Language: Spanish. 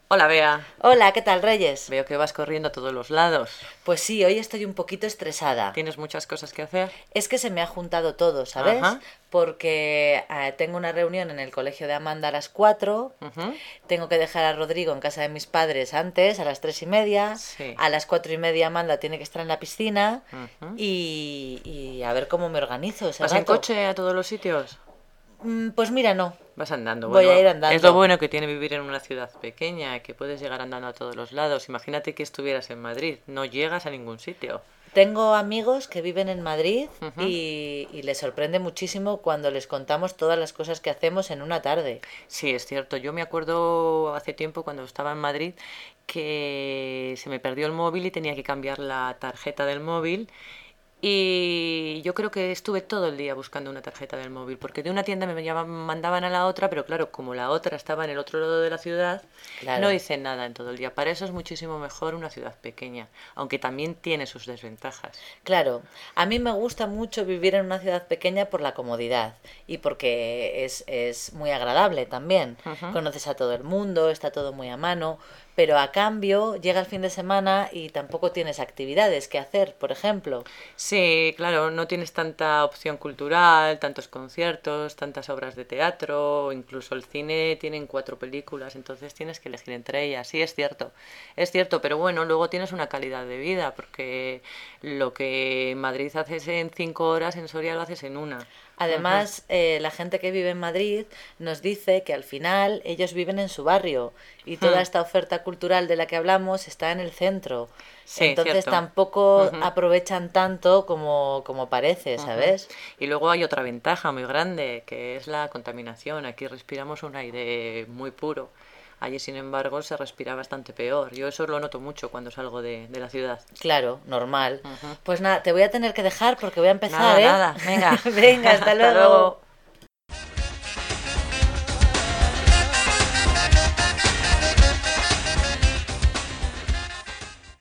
Hola, Bea. Hola, ¿qué tal, Reyes? Veo que vas corriendo a todos los lados. Pues sí, hoy estoy un poquito estresada. ¿Tienes muchas cosas que hacer? Es que se me ha juntado todo, ¿sabes? Ajá. Porque tengo una reunión en el colegio de Amanda a las 4. Ujú. Tengo que dejar a Rodrigo en casa de mis padres antes, a las 3:30. Sí. A las 4:30 Amanda tiene que estar en la piscina. Ujú. Y a ver cómo me organizo ese ¿Vas en rato. coche a todos los sitios? Pues mira, no. Vas andando. Voy a Bueno, ir es lo andando. bueno que tiene vivir en una ciudad pequeña, que puedes llegar andando a todos los lados. Imagínate que estuvieras en Madrid. No llegas a ningún sitio. Tengo amigos que viven en Madrid Ujú. y les sorprende muchísimo cuando les contamos todas las cosas que hacemos en una tarde. Sí, es cierto. Yo me acuerdo hace tiempo cuando estaba en Madrid que se me perdió el móvil y tenía que cambiar la tarjeta del móvil. Y yo creo que estuve todo el día buscando una tarjeta del móvil, porque de una tienda mandaban a la otra, pero claro, como la otra estaba en el otro lado de la ciudad, no Claro. hice nada en todo el día. Para eso es muchísimo mejor una ciudad pequeña, aunque también tiene sus desventajas. Claro, a mí me gusta mucho vivir en una ciudad pequeña por la comodidad y porque es muy agradable también. Ujú. Conoces a todo el mundo, está todo muy a mano, pero a cambio llega el fin de semana y tampoco tienes actividades que hacer, por ejemplo. Sí, claro, no tienes tanta opción cultural, tantos conciertos, tantas obras de teatro, incluso el cine tienen 4 películas, entonces tienes que elegir entre ellas. Sí, es cierto, pero bueno, luego tienes una calidad de vida, porque lo que en Madrid haces en 5 horas, en Soria lo haces en una. Ujú. Además, la gente que vive en Madrid nos dice que al final ellos viven en su barrio y toda Hmm. esta oferta cultural de la que hablamos está en el centro. Sí, Entonces cierto. tampoco Ujú. aprovechan tanto como parece, Ujú. ¿sabes? Y luego hay otra ventaja muy grande, que es la contaminación. Aquí respiramos un aire muy puro. Allí, sin embargo, se respira bastante peor. Yo eso lo noto mucho cuando salgo de la ciudad. Claro, normal. Ujú. Pues nada, te voy a tener que dejar porque voy a empezar, Nada, ¿eh? nada. Venga. Venga, hasta Hasta luego. luego.